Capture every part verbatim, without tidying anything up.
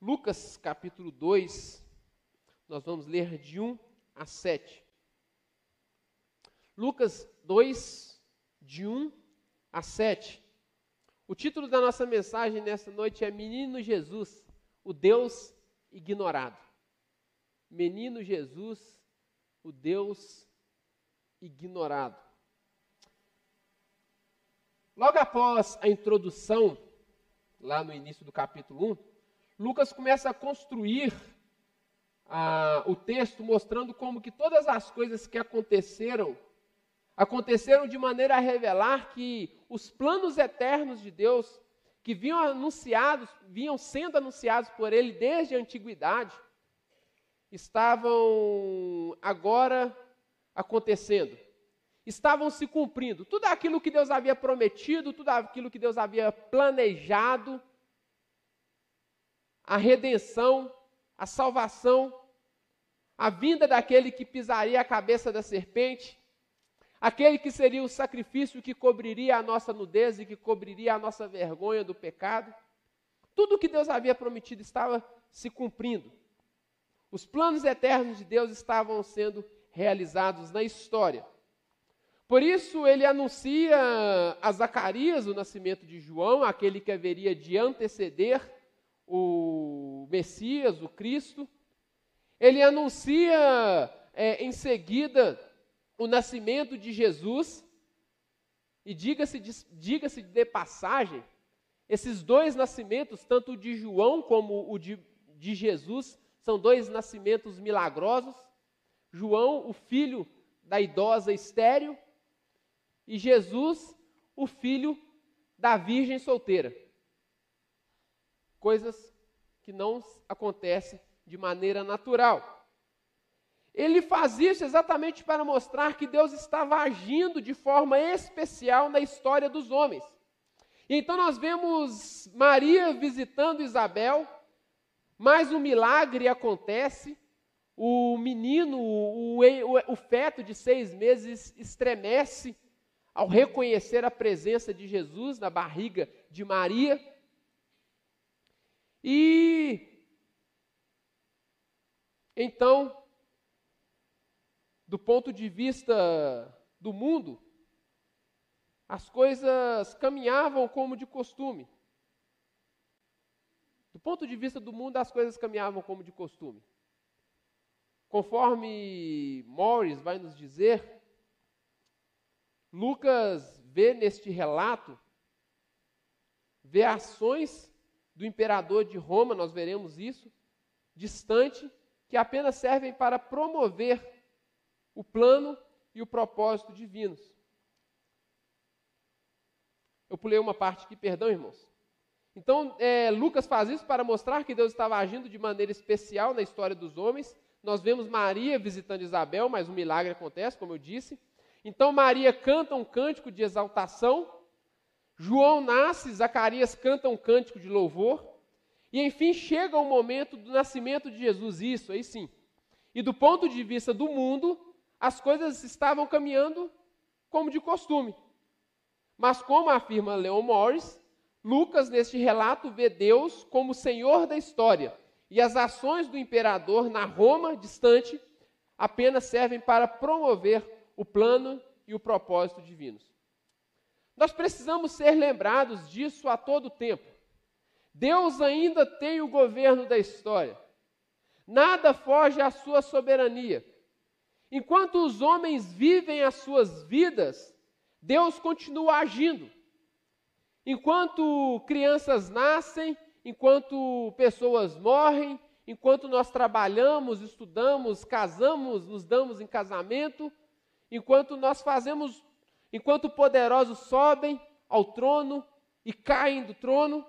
Lucas capítulo dois, nós vamos ler de um a sete. Lucas dois, de um a sete. O título da nossa mensagem nessa noite é Menino Jesus, o Deus ignorado. Menino Jesus, o Deus ignorado. Logo após a introdução, lá no início do capítulo um, Lucas começa a construir ah, o texto mostrando como que todas as coisas que aconteceram, aconteceram de maneira a revelar que os planos eternos de Deus, que vinham anunciados, vinham sendo anunciados por Ele desde a antiguidade, estavam agora acontecendo. Estavam se cumprindo. Tudo aquilo que Deus havia prometido, tudo aquilo que Deus havia planejado, a redenção, a salvação, a vinda daquele que pisaria a cabeça da serpente, aquele que seria o sacrifício que cobriria a nossa nudez e que cobriria a nossa vergonha do pecado. Tudo o que Deus havia prometido estava se cumprindo. Os planos eternos de Deus estavam sendo realizados na história. Por isso ele anuncia a Zacarias o nascimento de João, aquele que haveria de anteceder o Messias, o Cristo. Ele anuncia é, em seguida o nascimento de Jesus. E diga-se de, diga-se de passagem, esses dois nascimentos, tanto o de João como o de, de Jesus, são dois nascimentos milagrosos. João, o filho da idosa estéril, e Jesus, o filho da virgem solteira. Coisas que não acontecem de maneira natural. Ele faz isso exatamente para mostrar que Deus estava agindo de forma especial na história dos homens. E então nós vemos Maria visitando Isabel, mas um milagre acontece. O menino, o, o, o feto de seis meses estremece ao reconhecer a presença de Jesus na barriga de Maria. E então, do ponto de vista do mundo, as coisas caminhavam como de costume. Do ponto de vista do mundo, as coisas caminhavam como de costume. Conforme Morris vai nos dizer, Lucas vê neste relato, vê ações do imperador de Roma, nós veremos isso, distante, que apenas servem para promover o plano e o propósito divinos. Eu pulei uma parte aqui, perdão, irmãos. Então, é, Lucas faz isso para mostrar que Deus estava agindo de maneira especial na história dos homens. Nós vemos Maria visitando Isabel, mas um milagre acontece, como eu disse. Então Maria canta um cântico de exaltação, João nasce, Zacarias canta um cântico de louvor, e enfim chega o momento do nascimento de Jesus, isso aí sim. E do ponto de vista do mundo, as coisas estavam caminhando como de costume. Mas como afirma Leon Morris, Lucas neste relato vê Deus como Senhor da história, e as ações do imperador na Roma distante apenas servem para promover o plano e o propósito divinos. Nós precisamos ser lembrados disso a todo tempo. Deus ainda tem o governo da história. Nada foge à sua soberania. Enquanto os homens vivem as suas vidas, Deus continua agindo. Enquanto crianças nascem, enquanto pessoas morrem, enquanto nós trabalhamos, estudamos, casamos, nos damos em casamento, enquanto nós fazemos, enquanto poderosos sobem ao trono e caem do trono,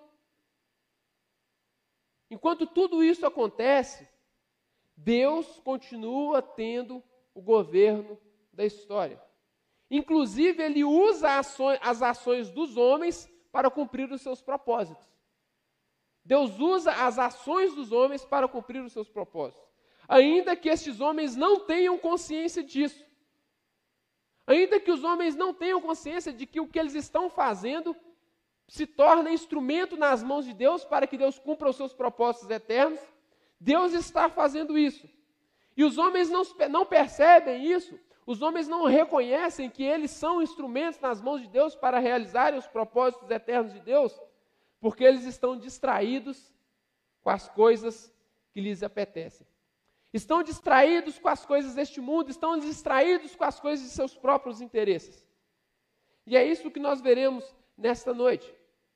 enquanto tudo isso acontece, Deus continua tendo o governo da história. Inclusive, Ele usa ações, as ações dos homens para cumprir os seus propósitos. Deus usa as ações dos homens para cumprir os seus propósitos. Ainda que estes homens não tenham consciência disso. Ainda que os homens não tenham consciência de que o que eles estão fazendo se torna instrumento nas mãos de Deus para que Deus cumpra os seus propósitos eternos, Deus está fazendo isso. E os homens não, não percebem isso, os homens não reconhecem que eles são instrumentos nas mãos de Deus para realizarem os propósitos eternos de Deus, porque eles estão distraídos com as coisas que lhes apetecem. Estão distraídos com as coisas deste mundo, estão distraídos com as coisas de seus próprios interesses. E é isso que nós veremos nesta noite.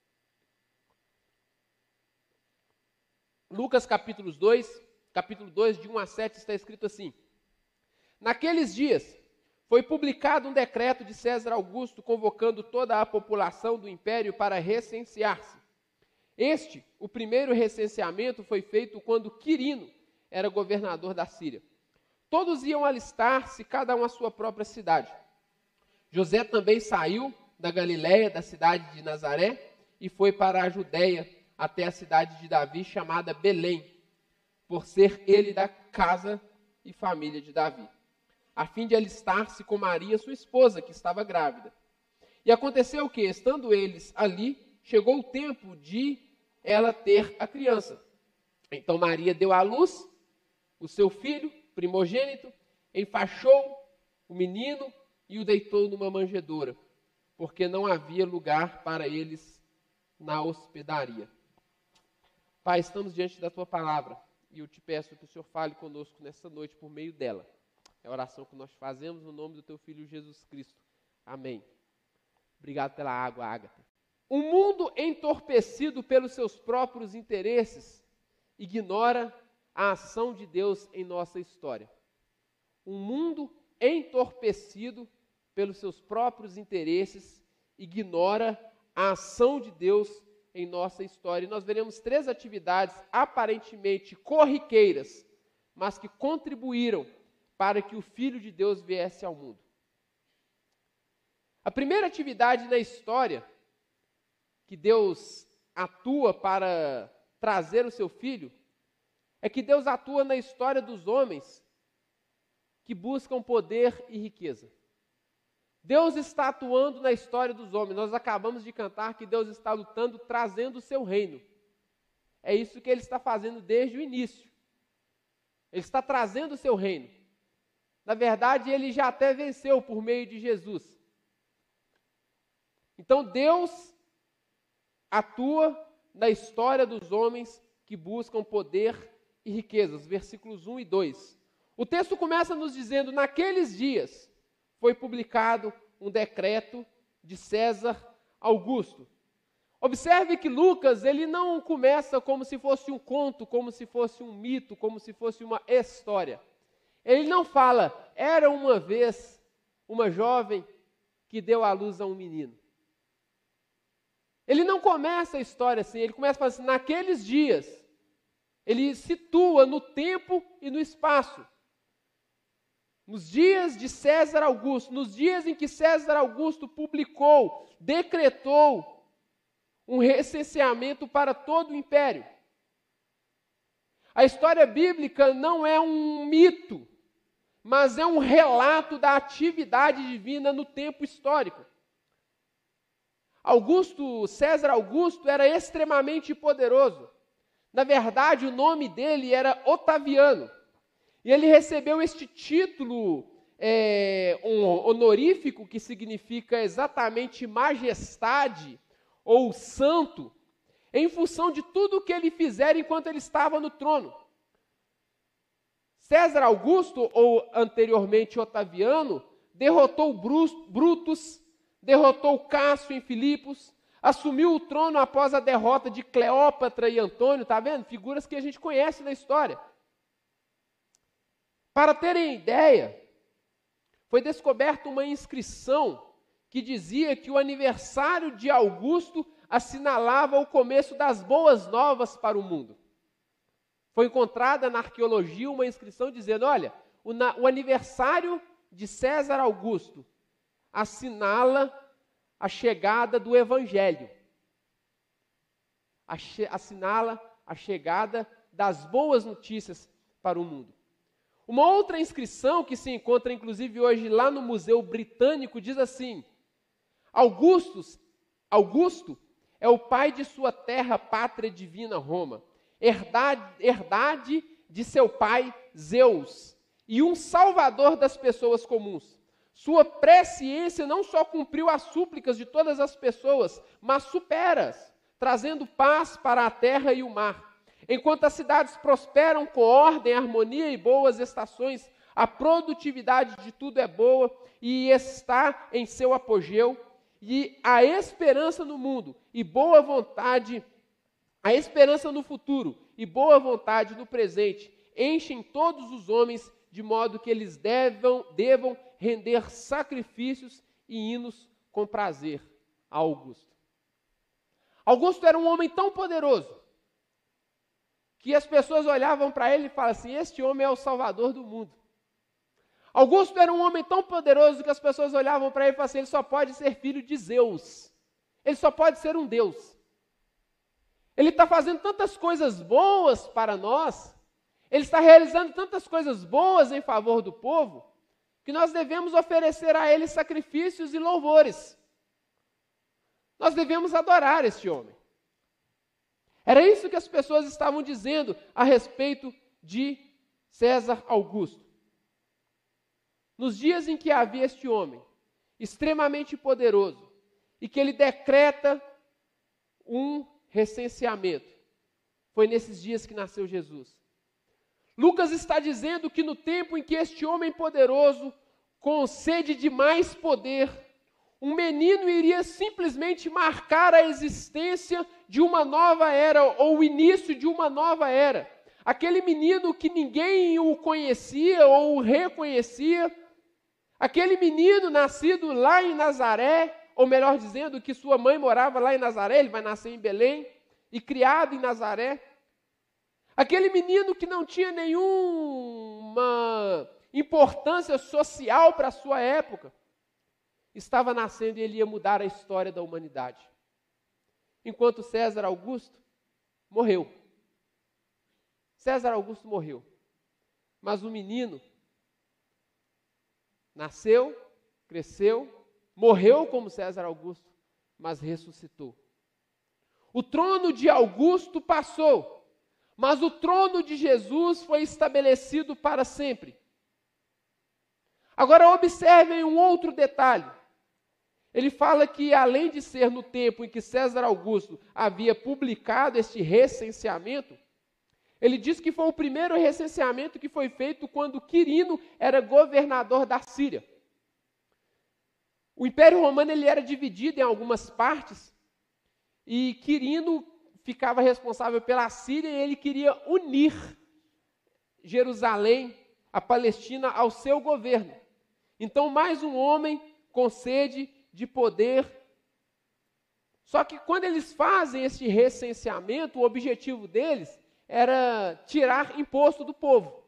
Lucas capítulo dois, capítulo dois, de um a sete, está escrito assim: Naqueles dias, foi publicado um decreto de César Augusto convocando toda a população do império para recensear-se. Este, o primeiro recenseamento, foi feito quando Quirino era governador da Síria. Todos iam alistar-se, cada um à sua própria cidade. José também saiu da Galiléia, da cidade de Nazaré, e foi para a Judéia, até a cidade de Davi, chamada Belém, por ser ele da casa e família de Davi, a fim de alistar-se com Maria, sua esposa, que estava grávida. E aconteceu que, estando eles ali, chegou o tempo de ela ter a criança. Então Maria deu à luz o seu filho primogênito, enfaixou o menino e o deitou numa manjedoura, porque não havia lugar para eles na hospedaria. Pai, estamos diante da Tua palavra e eu te peço que o Senhor fale conosco nessa noite por meio dela. É a oração que nós fazemos no nome do Teu Filho Jesus Cristo. Amém. Obrigado pela água, Ágata. Um mundo entorpecido pelos seus próprios interesses ignora a ação de Deus em nossa história. Um mundo entorpecido pelos seus próprios interesses ignora a ação de Deus em nossa história. E nós veremos três atividades aparentemente corriqueiras, mas que contribuíram para que o Filho de Deus viesse ao mundo. A primeira atividade na história que Deus atua para trazer o seu Filho é que Deus atua na história dos homens que buscam poder e riqueza. Deus está atuando na história dos homens. Nós acabamos de cantar que Deus está lutando, trazendo o seu reino. É isso que Ele está fazendo desde o início. Ele está trazendo o seu reino. Na verdade, Ele já até venceu por meio de Jesus. Então, Deus atua na história dos homens que buscam poder e riquezas. Versículos um e dois. O texto começa nos dizendo: naqueles dias foi publicado um decreto de César Augusto. Observe que Lucas, ele não começa como se fosse um conto, como se fosse um mito, como se fosse uma história. Ele não fala, era uma vez uma jovem que deu à luz a um menino. Ele não começa a história assim, ele começa falando assim, naqueles dias. Ele situa no tempo e no espaço. Nos dias de César Augusto, nos dias em que César Augusto publicou, decretou um recenseamento para todo o império. A história bíblica não é um mito, mas é um relato da atividade divina no tempo histórico. Augusto, César Augusto era extremamente poderoso. Na verdade, o nome dele era Otaviano. E ele recebeu este título é, um honorífico, que significa exatamente majestade ou santo, em função de tudo o que ele fizera enquanto ele estava no trono. César Augusto, ou anteriormente Otaviano, derrotou Brutus, derrotou Cássio em Filipos, assumiu o trono após a derrota de Cleópatra e Antônio, tá vendo? Figuras que a gente conhece na história. Para terem ideia, foi descoberta uma inscrição que dizia que o aniversário de Augusto assinalava o começo das boas novas para o mundo. Foi encontrada na arqueologia uma inscrição dizendo, olha, o, na, o aniversário de César Augusto assinala a chegada do Evangelho. Assinala a chegada das boas notícias para o mundo. Uma outra inscrição que se encontra, inclusive, hoje lá no Museu Britânico, diz assim, Augustus, Augusto é o pai de sua terra, pátria divina Roma, herdade, herdade de seu pai Zeus, e um salvador das pessoas comuns. Sua presciência não só cumpriu as súplicas de todas as pessoas, mas supera-as, trazendo paz para a terra e o mar. Enquanto as cidades prosperam com ordem, harmonia e boas estações, a produtividade de tudo é boa e está em seu apogeu, e a esperança no mundo e boa vontade, a esperança no futuro e boa vontade no presente enchem todos os homens, de modo que eles devam, devam render sacrifícios e hinos com prazer a Augusto. Augusto era um homem tão poderoso que as pessoas olhavam para ele e falavam assim: este homem é o salvador do mundo. Augusto era um homem tão poderoso que as pessoas olhavam para ele e falavam assim: ele só pode ser filho de Zeus. Ele só pode ser um Deus. Ele está fazendo tantas coisas boas para nós, ele está realizando tantas coisas boas em favor do povo, que nós devemos oferecer a ele sacrifícios e louvores. Nós devemos adorar este homem. Era isso que as pessoas estavam dizendo a respeito de César Augusto. Nos dias em que havia este homem, extremamente poderoso, e que ele decreta um recenseamento, foi nesses dias que nasceu Jesus. Lucas está dizendo que no tempo em que este homem poderoso, com sede de mais poder, um menino iria simplesmente marcar a existência de uma nova era, ou o início de uma nova era. Aquele menino que ninguém o conhecia ou o reconhecia, aquele menino nascido lá em Nazaré, ou melhor dizendo, que sua mãe morava lá em Nazaré, ele vai nascer em Belém, e criado em Nazaré. Aquele menino que não tinha nenhuma importância social para a sua época, estava nascendo e ele ia mudar a história da humanidade. Enquanto César Augusto morreu. César Augusto morreu. Mas o menino nasceu, cresceu, morreu como César Augusto, mas ressuscitou. O trono de Augusto passou, mas o trono de Jesus foi estabelecido para sempre. Agora observem um outro detalhe. Ele fala que, além de ser no tempo em que César Augusto havia publicado este recenseamento, ele diz que foi o primeiro recenseamento que foi feito quando Quirino era governador da Síria. O Império Romano ele era dividido em algumas partes, e Quirino ficava responsável pela Síria, e ele queria unir Jerusalém, a Palestina, ao seu governo. Então, mais um homem com sede de poder. Só que quando eles fazem esse recenseamento, o objetivo deles era tirar imposto do povo.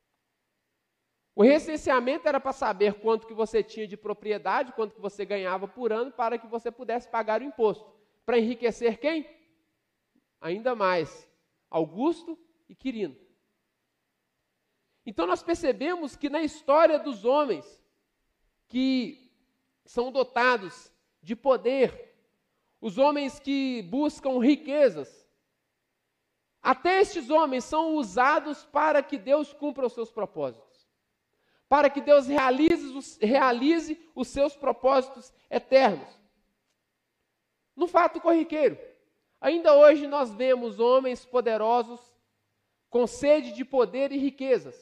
O recenseamento era para saber quanto que você tinha de propriedade, quanto que você ganhava por ano, para que você pudesse pagar o imposto. Para enriquecer quem? Ainda mais, Augusto e Quirino. Então nós percebemos que na história dos homens que são dotados de poder, os homens que buscam riquezas, até estes homens são usados para que Deus cumpra os seus propósitos, para que Deus realize os, realize os seus propósitos eternos. No fato corriqueiro, ainda hoje nós vemos homens poderosos com sede de poder e riquezas.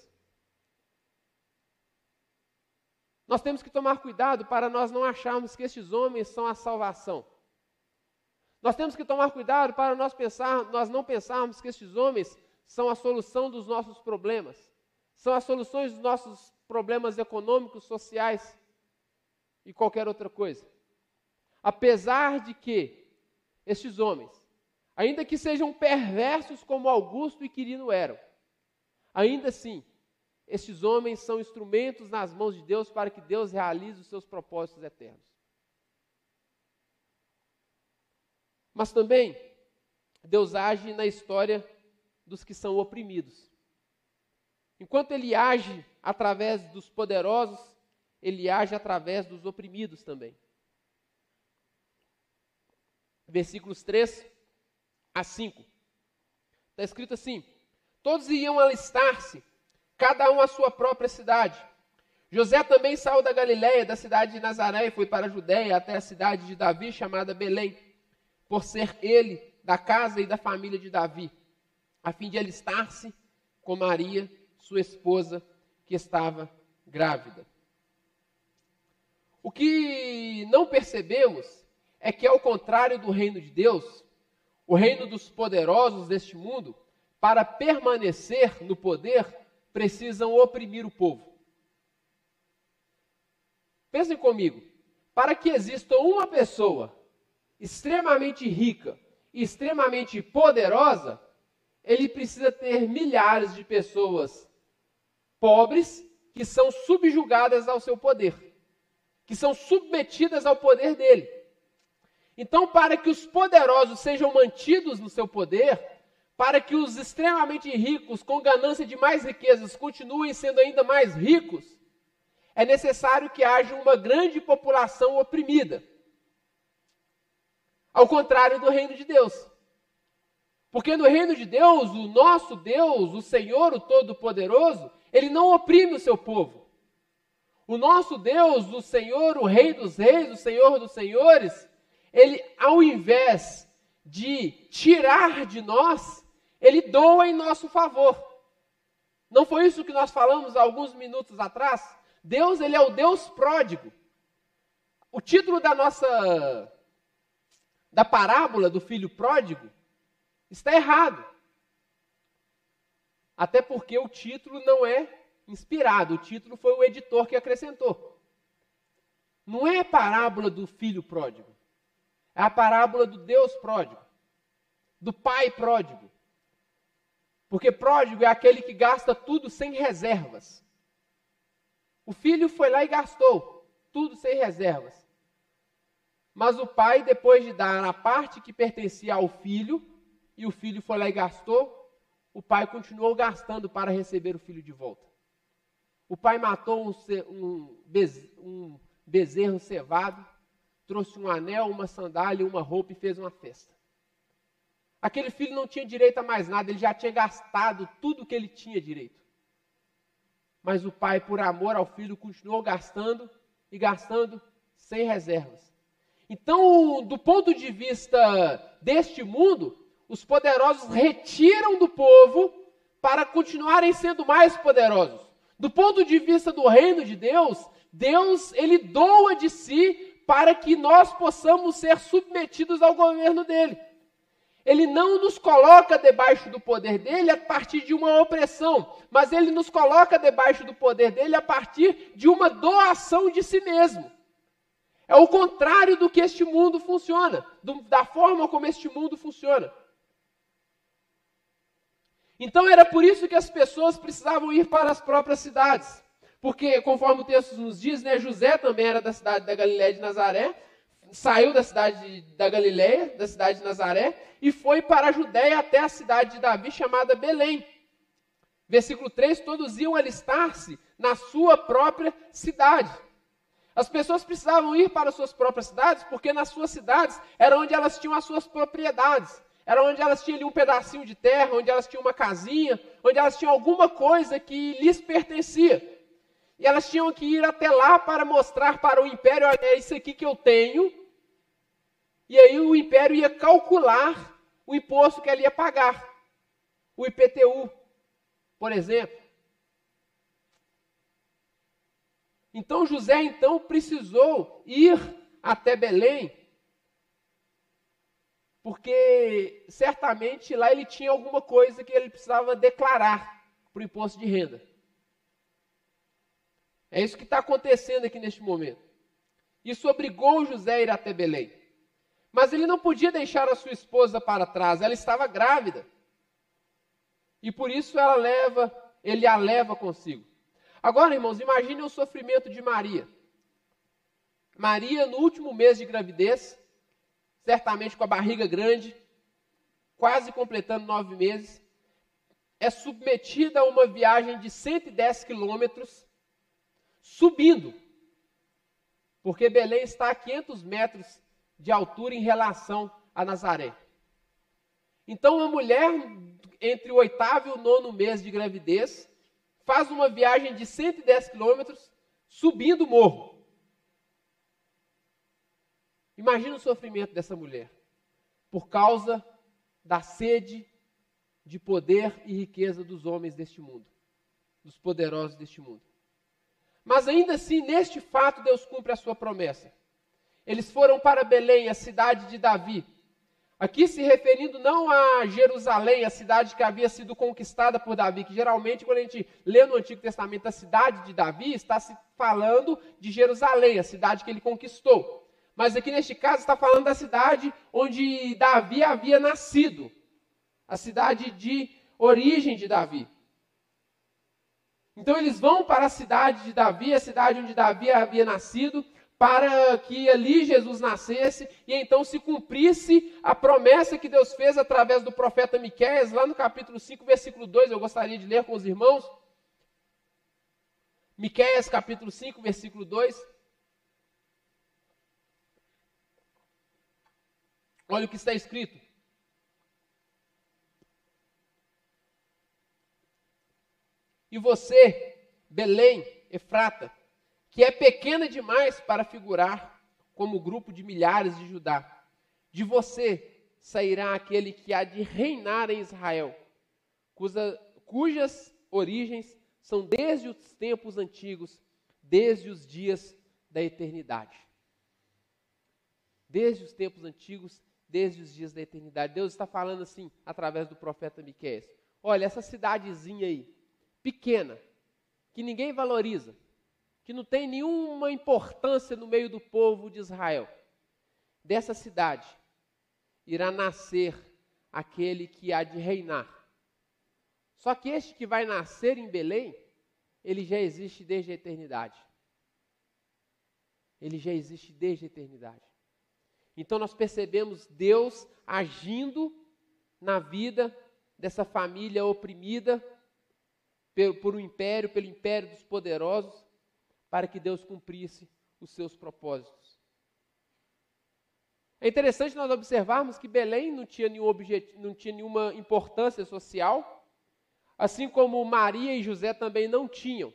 Nós temos que tomar cuidado para nós não acharmos que estes homens são a salvação. Nós temos que tomar cuidado para nós, pensar, nós não pensarmos que estes homens são a solução dos nossos problemas, são as soluções dos nossos problemas econômicos, sociais e qualquer outra coisa. Apesar de que estes homens, ainda que sejam perversos como Augusto e Quirino eram, ainda assim, estes homens são instrumentos nas mãos de Deus para que Deus realize os seus propósitos eternos. Mas também, Deus age na história dos que são oprimidos. Enquanto Ele age através dos poderosos, Ele age através dos oprimidos também. versículos três a cinco. Está escrito assim: todos iam alistar-se, cada um à sua própria cidade. José também saiu da Galiléia, da cidade de Nazaré, e foi para a Judéia, até a cidade de Davi, chamada Belém, por ser ele da casa e da família de Davi, a fim de alistar-se com Maria, sua esposa, que estava grávida. O que não percebemos é que, ao contrário do reino de Deus, o reino dos poderosos deste mundo, para permanecer no poder, precisam oprimir o povo. Pensem comigo, para que exista uma pessoa extremamente rica e extremamente poderosa, ele precisa ter milhares de pessoas pobres que são subjugadas ao seu poder, que são submetidas ao poder dele. Então, para que os poderosos sejam mantidos no seu poder, para que os extremamente ricos, com ganância de mais riquezas, continuem sendo ainda mais ricos, é necessário que haja uma grande população oprimida. Ao contrário do reino de Deus. Porque no reino de Deus, o nosso Deus, o Senhor, o Todo-Poderoso, ele não oprime o seu povo. O nosso Deus, o Senhor, o Rei dos Reis, o Senhor dos Senhores, ele, ao invés de tirar de nós, ele doa em nosso favor. Não foi isso que nós falamos há alguns minutos atrás? Deus, ele é o Deus pródigo. O título da nossa, da parábola do filho pródigo, está errado. Até porque o título não é inspirado, o título foi o editor que acrescentou. Não é a parábola do filho pródigo, é a parábola do Deus pródigo, do pai pródigo. Porque pródigo é aquele que gasta tudo sem reservas. O filho foi lá e gastou tudo sem reservas. Mas o pai, depois de dar a parte que pertencia ao filho, e o filho foi lá e gastou, o pai continuou gastando para receber o filho de volta. O pai matou um, um, bez, um bezerro cevado, trouxe um anel, uma sandália, uma roupa e fez uma festa. Aquele filho não tinha direito a mais nada, ele já tinha gastado tudo que ele tinha direito. Mas o pai, por amor ao filho, continuou gastando e gastando sem reservas. Então, do ponto de vista deste mundo, os poderosos retiram do povo para continuarem sendo mais poderosos. Do ponto de vista do reino de Deus, Deus, ele doa de si para que nós possamos ser submetidos ao governo dele. Ele não nos coloca debaixo do poder dele a partir de uma opressão, mas ele nos coloca debaixo do poder dele a partir de uma doação de si mesmo. É o contrário do que este mundo funciona, do, da forma como este mundo funciona. Então era por isso que as pessoas precisavam ir para as próprias cidades. Porque, conforme o texto nos diz, né, José também era da cidade da Galiléia de Nazaré, saiu da cidade da Galiléia, da cidade de Nazaré, e foi para a Judéia até a cidade de Davi, chamada Belém. Versículo três, todos iam alistar-se na sua própria cidade. As pessoas precisavam ir para as suas próprias cidades, porque nas suas cidades era onde elas tinham as suas propriedades. Era onde elas tinham ali um pedacinho de terra, onde elas tinham uma casinha, onde elas tinham alguma coisa que lhes pertencia. E elas tinham que ir até lá para mostrar para o império, olha, é isso aqui que eu tenho. E aí o império ia calcular o imposto que ela ia pagar. O I P T U, por exemplo. Então José, então, precisou ir até Belém, porque certamente lá ele tinha alguma coisa que ele precisava declarar para o imposto de renda. É isso que está acontecendo aqui neste momento. Isso obrigou José a ir até Belém. Mas ele não podia deixar a sua esposa para trás, ela estava grávida. E por isso ela leva, ele a leva consigo. Agora, irmãos, imagine o sofrimento de Maria. Maria, no último mês de gravidez, certamente com a barriga grande, quase completando nove meses, é submetida a uma viagem de cento e dez quilômetros, subindo, porque Belém está a quinhentos metros de altura em relação a Nazaré. Então, uma mulher, entre o oitavo e o nono mês de gravidez, faz uma viagem de cento e dez quilômetros subindo o morro. Imagina o sofrimento dessa mulher, por causa da sede de poder e riqueza dos homens deste mundo, dos poderosos deste mundo. Mas ainda assim, neste fato, Deus cumpre a sua promessa. Eles foram para Belém, a cidade de Davi. Aqui se referindo não a Jerusalém, a cidade que havia sido conquistada por Davi, que geralmente quando a gente lê no Antigo Testamento a cidade de Davi, está se falando de Jerusalém, a cidade que ele conquistou. Mas aqui neste caso está falando da cidade onde Davi havia nascido, a cidade de origem de Davi. Então eles vão para a cidade de Davi, a cidade onde Davi havia nascido, para que ali Jesus nascesse e então se cumprisse a promessa que Deus fez através do profeta Miqueias, lá no capítulo cinco, versículo dois, eu gostaria de ler com os irmãos. Miqueias, capítulo cinco, versículo dois. Olha o que está escrito. E você, Belém, Efrata, que é pequena demais para figurar como grupo de milhares de Judá, de você sairá aquele que há de reinar em Israel, cuja, cujas origens são desde os tempos antigos, desde os dias da eternidade. Desde os tempos antigos, desde os dias da eternidade. Deus está falando assim, através do profeta Miqueias. Olha, essa cidadezinha aí, pequena, que ninguém valoriza, que não tem nenhuma importância no meio do povo de Israel. Dessa cidade irá nascer aquele que há de reinar. Só que este que vai nascer em Belém, ele já existe desde a eternidade. Ele já existe desde a eternidade. Então nós percebemos Deus agindo na vida dessa família oprimida por um império, pelo império dos poderosos, para que Deus cumprisse os seus propósitos. É interessante nós observarmos que Belém não tinha, nenhum objetivo, não tinha nenhuma importância social, assim como Maria e José também não tinham.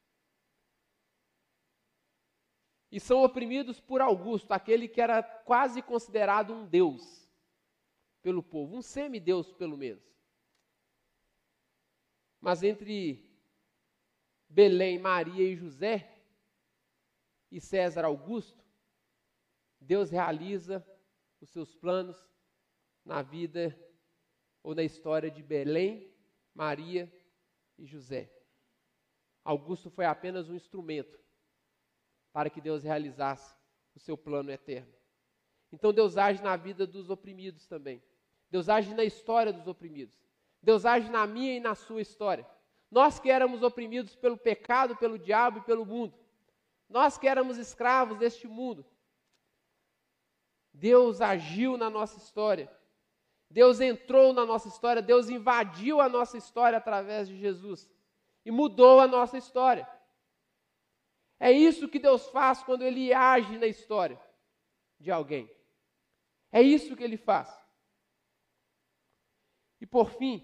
E são oprimidos por Augusto, aquele que era quase considerado um deus pelo povo, um semideus pelo menos. Mas entre Belém, Maria e José e César Augusto, Deus realiza os seus planos na vida ou na história de Belém, Maria e José. Augusto foi apenas um instrumento para que Deus realizasse o seu plano eterno. Então Deus age na vida dos oprimidos também. Deus age na história dos oprimidos. Deus age na minha e na sua história. Nós que éramos oprimidos pelo pecado, pelo diabo e pelo mundo. Nós que éramos escravos deste mundo. Deus agiu na nossa história. Deus entrou na nossa história. Deus invadiu a nossa história através de Jesus. E mudou a nossa história. É isso que Deus faz quando Ele age na história de alguém. É isso que Ele faz. E por fim,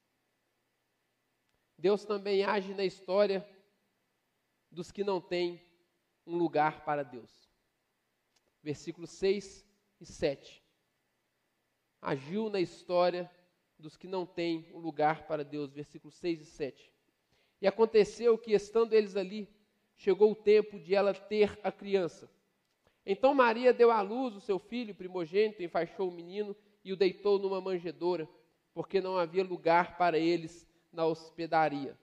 Deus também age na história dos que não têm um lugar para Deus. Versículos seis e sete. Agiu na história dos que não têm um lugar para Deus. Versículos seis e sete. E aconteceu que, estando eles ali, chegou o tempo de ela ter a criança. Então Maria deu à luz o seu filho primogênito, enfaixou o menino e o deitou numa manjedoura, porque não havia lugar para eles na hospedaria.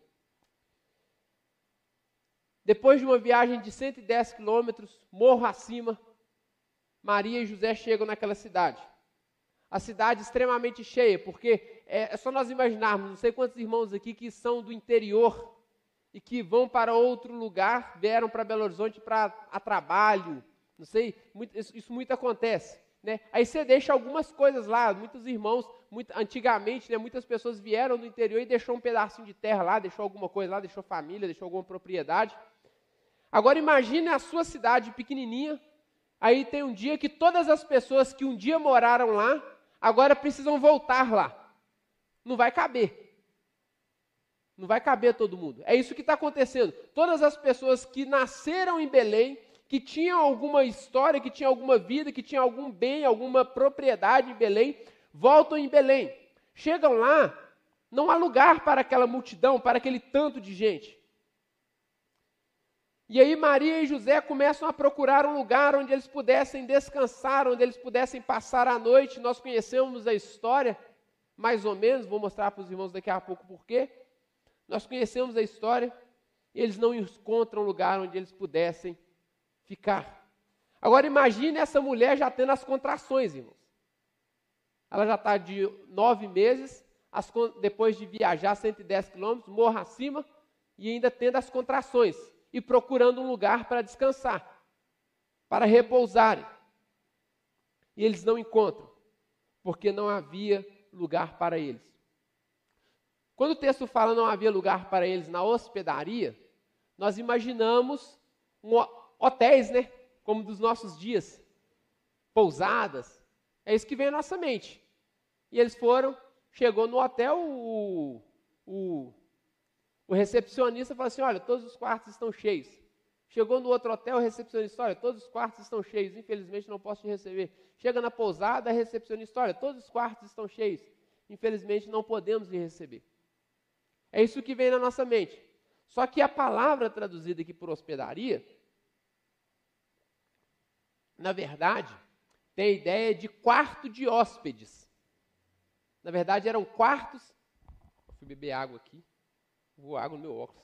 Depois de uma viagem de cento e dez quilômetros, morro acima, Maria e José chegam naquela cidade. A cidade extremamente cheia, porque é, é só nós imaginarmos, não sei quantos irmãos aqui que são do interior e que vão para outro lugar, vieram para Belo Horizonte para a trabalho, não sei, muito, isso, isso muito acontece. Né? Aí você deixa algumas coisas lá, muitos irmãos, muito, antigamente, né, muitas pessoas vieram do interior e deixou um pedacinho de terra lá, deixou alguma coisa lá, deixou família, deixou alguma propriedade. Agora imagine a sua cidade pequenininha, Aí tem um dia que todas as pessoas que um dia moraram lá, agora precisam voltar lá. Não vai caber. Não vai caber todo mundo. É isso que está acontecendo. Todas as pessoas que nasceram em Belém, que tinham alguma história, que tinham alguma vida, que tinham algum bem, alguma propriedade em Belém, voltam em Belém. Chegam lá, não há lugar para aquela multidão, para aquele tanto de gente. E aí Maria e José começam a procurar um lugar onde eles pudessem descansar, onde eles pudessem passar a noite. Nós conhecemos a história, mais ou menos, vou mostrar para os irmãos daqui a pouco por quê. Nós conhecemos a história, e eles não encontram um lugar onde eles pudessem ficar. Agora imagine essa mulher já tendo as contrações, irmãos. Ela já está de nove meses, as, depois de viajar cento e dez quilômetros, morro acima, e ainda tendo as contrações, e procurando um lugar para descansar, para repousarem. E eles não encontram, porque não havia lugar para eles. Quando o texto fala não havia lugar para eles na hospedaria, nós imaginamos um, hotéis, né? Como dos nossos dias, pousadas. É isso que vem à nossa mente. E eles foram, chegou no hotel, o, o, o recepcionista falou assim, olha, todos os quartos estão cheios. Chegou no outro hotel, o recepcionista, olha, todos os quartos estão cheios, infelizmente não posso te receber. Chega na pousada, a recepcionista, olha, todos os quartos estão cheios, infelizmente não podemos lhe receber. É isso que vem na nossa mente. Só que a palavra traduzida aqui por hospedaria, na verdade, tem a ideia de quarto de hóspedes. Na verdade, eram quartos... Eu fui beber água aqui. Vou água no meu óculos.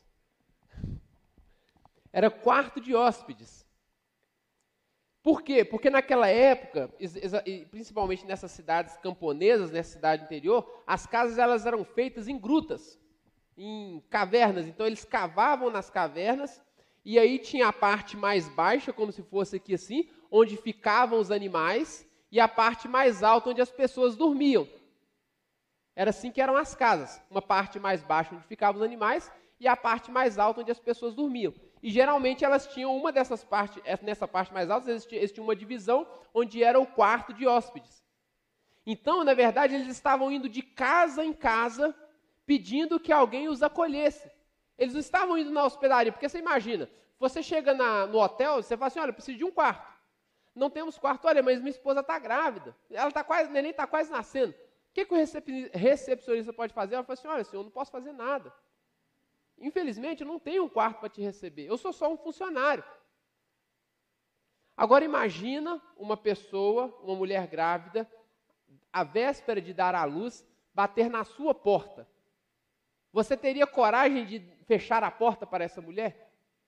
Era quarto de hóspedes. Por quê? Porque naquela época, principalmente nessas cidades camponesas, nessa cidade interior, as casas elas eram feitas em grutas, em cavernas. Então eles cavavam nas cavernas e aí tinha a parte mais baixa, como se fosse aqui assim, onde ficavam os animais, e a parte mais alta onde as pessoas dormiam. Era assim que eram as casas, uma parte mais baixa onde ficavam os animais e a parte mais alta onde as pessoas dormiam. E geralmente elas tinham uma dessas partes, nessa parte mais alta, eles tinham uma divisão onde era o quarto de hóspedes. Então, na verdade, eles estavam indo de casa em casa pedindo que alguém os acolhesse. Eles não estavam indo na hospedaria, porque você imagina, você chega na, no hotel, você fala assim, olha, eu preciso de um quarto. Não temos quarto, olha, mas minha esposa está grávida, ela está quase, o neném está quase nascendo. O que, que o recepcionista pode fazer? Ela fala assim, olha, senhor, eu não posso fazer nada. Infelizmente, eu não tenho um quarto para te receber, eu sou só um funcionário. Agora imagina uma pessoa, uma mulher grávida, à véspera de dar à luz, bater na sua porta. Você teria coragem de fechar a porta para essa mulher?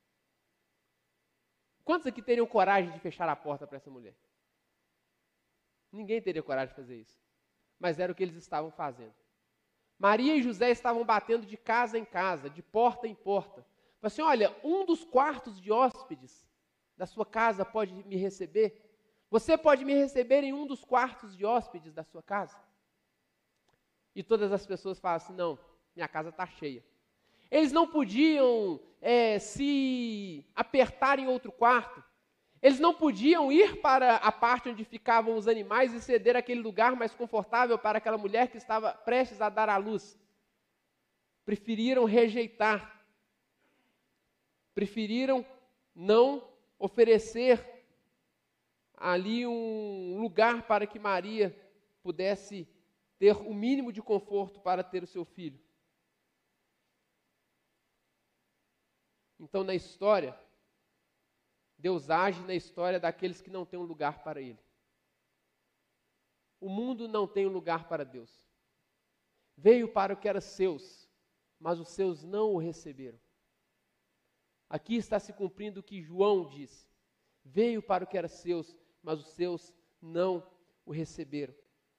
Quantos aqui teriam coragem de fechar a porta para essa mulher? Ninguém teria coragem de fazer isso. Mas era o que eles estavam fazendo. Maria e José estavam batendo de casa em casa, de porta em porta. Falaram assim, olha, um dos quartos de hóspedes da sua casa pode me receber? Você pode me receber em um dos quartos de hóspedes da sua casa? E todas as pessoas falam assim, não, minha casa está cheia. Eles não podiam é, se apertar em outro quarto. Eles não podiam ir para a parte onde ficavam os animais e ceder aquele lugar mais confortável para aquela mulher que estava prestes a dar à luz. Preferiram rejeitar. Preferiram não oferecer ali um lugar para que Maria pudesse ter o mínimo de conforto para ter o seu filho. Então, na história, Deus age na história daqueles que não têm um lugar para Ele. O mundo não tem um lugar para Deus. Veio para o que era seus, mas os seus não o receberam. Aqui está se cumprindo o que João diz. Veio para o que era seus, mas os seus não o receberam.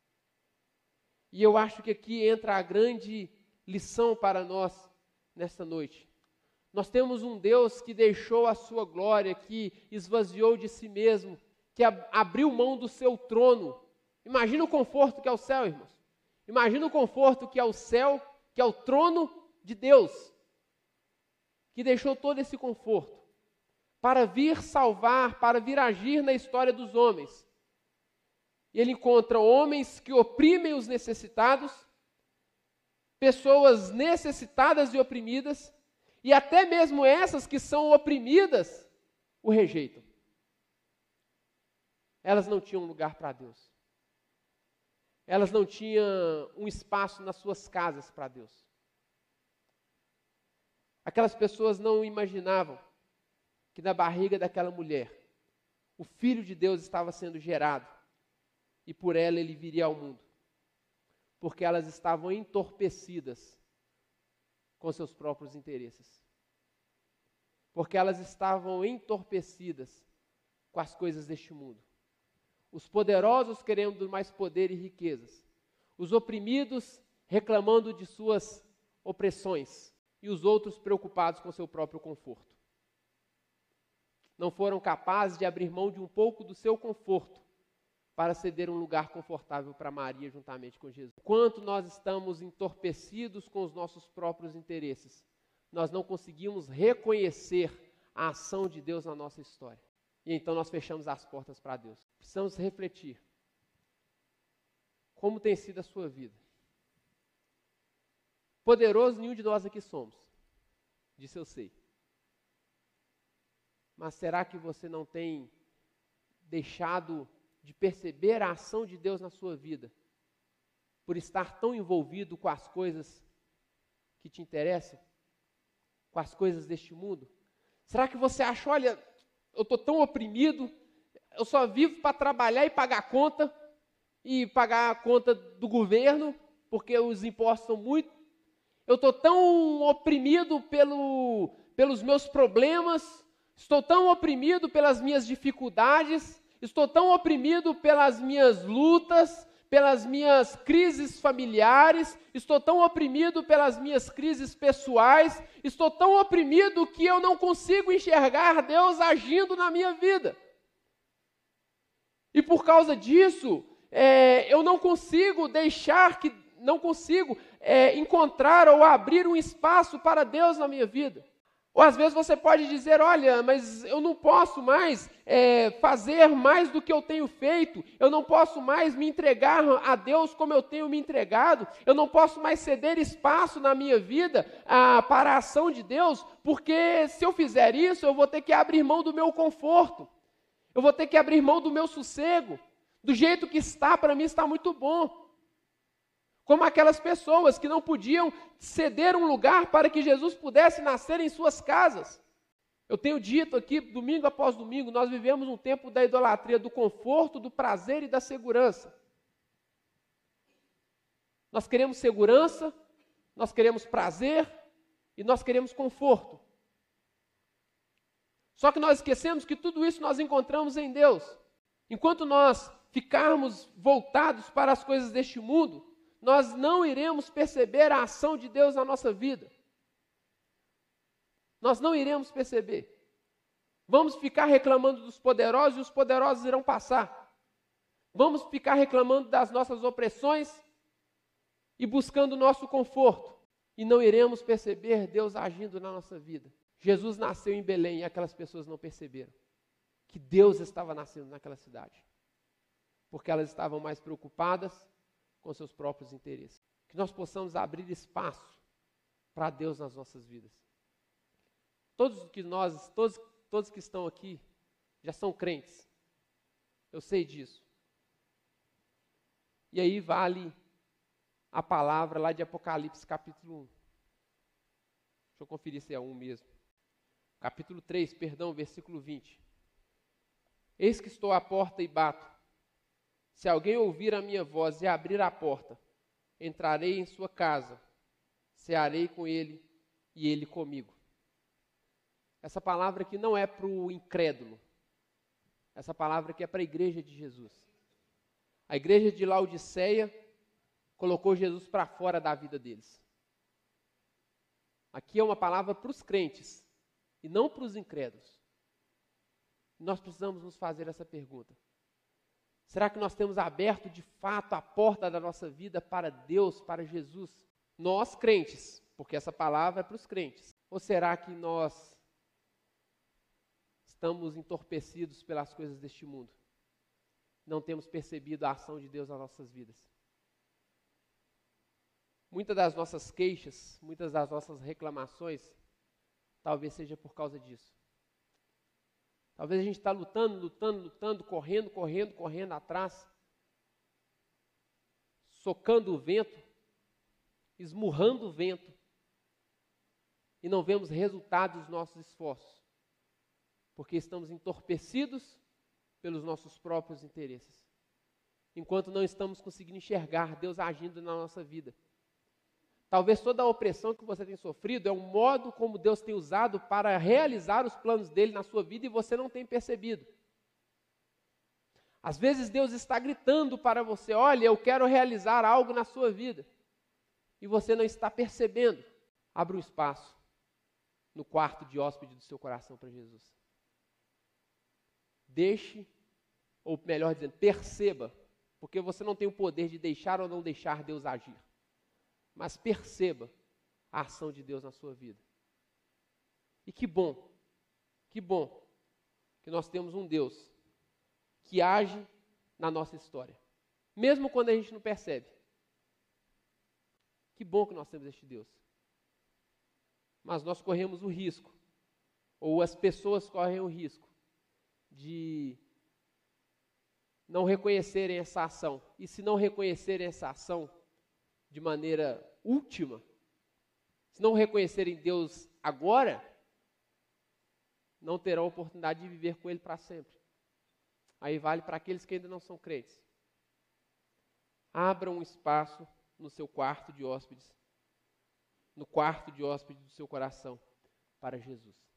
E eu acho que aqui entra a grande lição para nós nesta noite. Nós temos um Deus que deixou a sua glória, que esvaziou de si mesmo, que ab- abriu mão do seu trono. Imagina o conforto que é o céu, irmãos. Imagina o conforto que é o céu, que é o trono de Deus, que deixou todo esse conforto para vir salvar, para vir agir na história dos homens. E ele encontra homens que oprimem os necessitados, pessoas necessitadas e oprimidas, e até mesmo essas que são oprimidas, o rejeitam. Elas não tinham lugar para Deus. Elas não tinham um espaço nas suas casas para Deus. Aquelas pessoas não imaginavam que na barriga daquela mulher, o Filho de Deus estava sendo gerado, e por ela ele viria ao mundo. Porque elas estavam entorpecidas com seus próprios interesses. Porque elas estavam entorpecidas com as coisas deste mundo. Os poderosos querendo mais poder e riquezas. Os oprimidos reclamando de suas opressões. E os outros preocupados com seu próprio conforto. Não foram capazes de abrir mão de um pouco do seu conforto para ceder um lugar confortável para Maria juntamente com Jesus. Enquanto nós estamos entorpecidos com os nossos próprios interesses, nós não conseguimos reconhecer a ação de Deus na nossa história. E então nós fechamos as portas para Deus. Precisamos refletir. Como tem sido a sua vida? Poderoso nenhum de nós aqui somos. Disso eu sei. Mas será que você não tem deixado de perceber a ação de Deus na sua vida? Por estar tão envolvido com as coisas que te interessam? Com as coisas deste mundo? Será que você acha, olha, eu estou tão oprimido, eu só vivo para trabalhar e pagar a conta, e pagar a conta do governo, porque os impostos são muito. Eu estou tão oprimido pelo, pelos meus problemas, estou tão oprimido pelas minhas dificuldades, estou tão oprimido pelas minhas lutas, pelas minhas crises familiares, estou tão oprimido pelas minhas crises pessoais, estou tão oprimido que eu não consigo enxergar Deus agindo na minha vida. E por causa disso, é, eu não consigo deixar que, não consigo é, encontrar ou abrir um espaço para Deus na minha vida. Ou às vezes você pode dizer, olha, mas eu não posso mais é, fazer mais do que eu tenho feito, eu não posso mais me entregar a Deus como eu tenho me entregado, eu não posso mais ceder espaço na minha vida ah, para a ação de Deus, porque se eu fizer isso, eu vou ter que abrir mão do meu conforto, eu vou ter que abrir mão do meu sossego, do jeito que está, para mim está muito bom. Como aquelas pessoas que não podiam ceder um lugar para que Jesus pudesse nascer em suas casas. Eu tenho dito aqui, domingo após domingo, nós vivemos um tempo da idolatria, do conforto, do prazer e da segurança. Nós queremos segurança, nós queremos prazer e nós queremos conforto. Só que nós esquecemos que tudo isso nós encontramos em Deus. Enquanto nós ficarmos voltados para as coisas deste mundo, nós não iremos perceber a ação de Deus na nossa vida. Nós não iremos perceber. Vamos ficar reclamando dos poderosos e os poderosos irão passar. Vamos ficar reclamando das nossas opressões e buscando o nosso conforto. E não iremos perceber Deus agindo na nossa vida. Jesus nasceu em Belém e aquelas pessoas não perceberam que Deus estava nascendo naquela cidade. Porque elas estavam mais preocupadas com seus próprios interesses. Que nós possamos abrir espaço para Deus nas nossas vidas. Todos que nós, todos, todos que estão aqui já são crentes. Eu sei disso. E aí vale a palavra lá de Apocalipse capítulo um. Deixa eu conferir se é um mesmo. Capítulo três, perdão, versículo vinte. Eis que estou à porta e bato. Se alguém ouvir a minha voz e abrir a porta, entrarei em sua casa, cearei com ele e ele comigo. Essa palavra aqui não é para o incrédulo. Essa palavra aqui é para a igreja de Jesus. A igreja de Laodiceia colocou Jesus para fora da vida deles. Aqui é uma palavra para os crentes e não para os incrédulos. Nós precisamos nos fazer essa pergunta. Será que nós temos aberto de fato a porta da nossa vida para Deus, para Jesus? Nós crentes, porque essa palavra é para os crentes. Ou será que nós estamos entorpecidos pelas coisas deste mundo. Não temos percebido a ação de Deus nas nossas vidas. Muitas das nossas queixas, muitas das nossas reclamações, talvez seja por causa disso. Talvez a gente está lutando, lutando, lutando, correndo, correndo, correndo atrás, socando o vento, esmurrando o vento, e não vemos resultados dos nossos esforços, porque estamos entorpecidos pelos nossos próprios interesses, enquanto não estamos conseguindo enxergar Deus agindo na nossa vida. Talvez toda a opressão que você tem sofrido é um modo como Deus tem usado para realizar os planos dele na sua vida e você não tem percebido. Às vezes Deus está gritando para você, olha, eu quero realizar algo na sua vida, e você não está percebendo. Abra um espaço no quarto de hóspede do seu coração para Jesus. Deixe, ou melhor dizendo, perceba, porque você não tem o poder de deixar ou não deixar Deus agir. Mas perceba a ação de Deus na sua vida. E que bom, que bom, que nós temos um Deus que age na nossa história, mesmo quando a gente não percebe. Que bom que nós temos este Deus. Mas nós corremos o risco, ou as pessoas correm o risco, de não reconhecerem essa ação. E se não reconhecerem essa ação de maneira última, se não reconhecerem Deus agora, não terão a oportunidade de viver com Ele para sempre. Aí vale para aqueles que ainda não são crentes. Abra um espaço no seu quarto de hóspedes, no quarto de hóspedes do seu coração, para Jesus.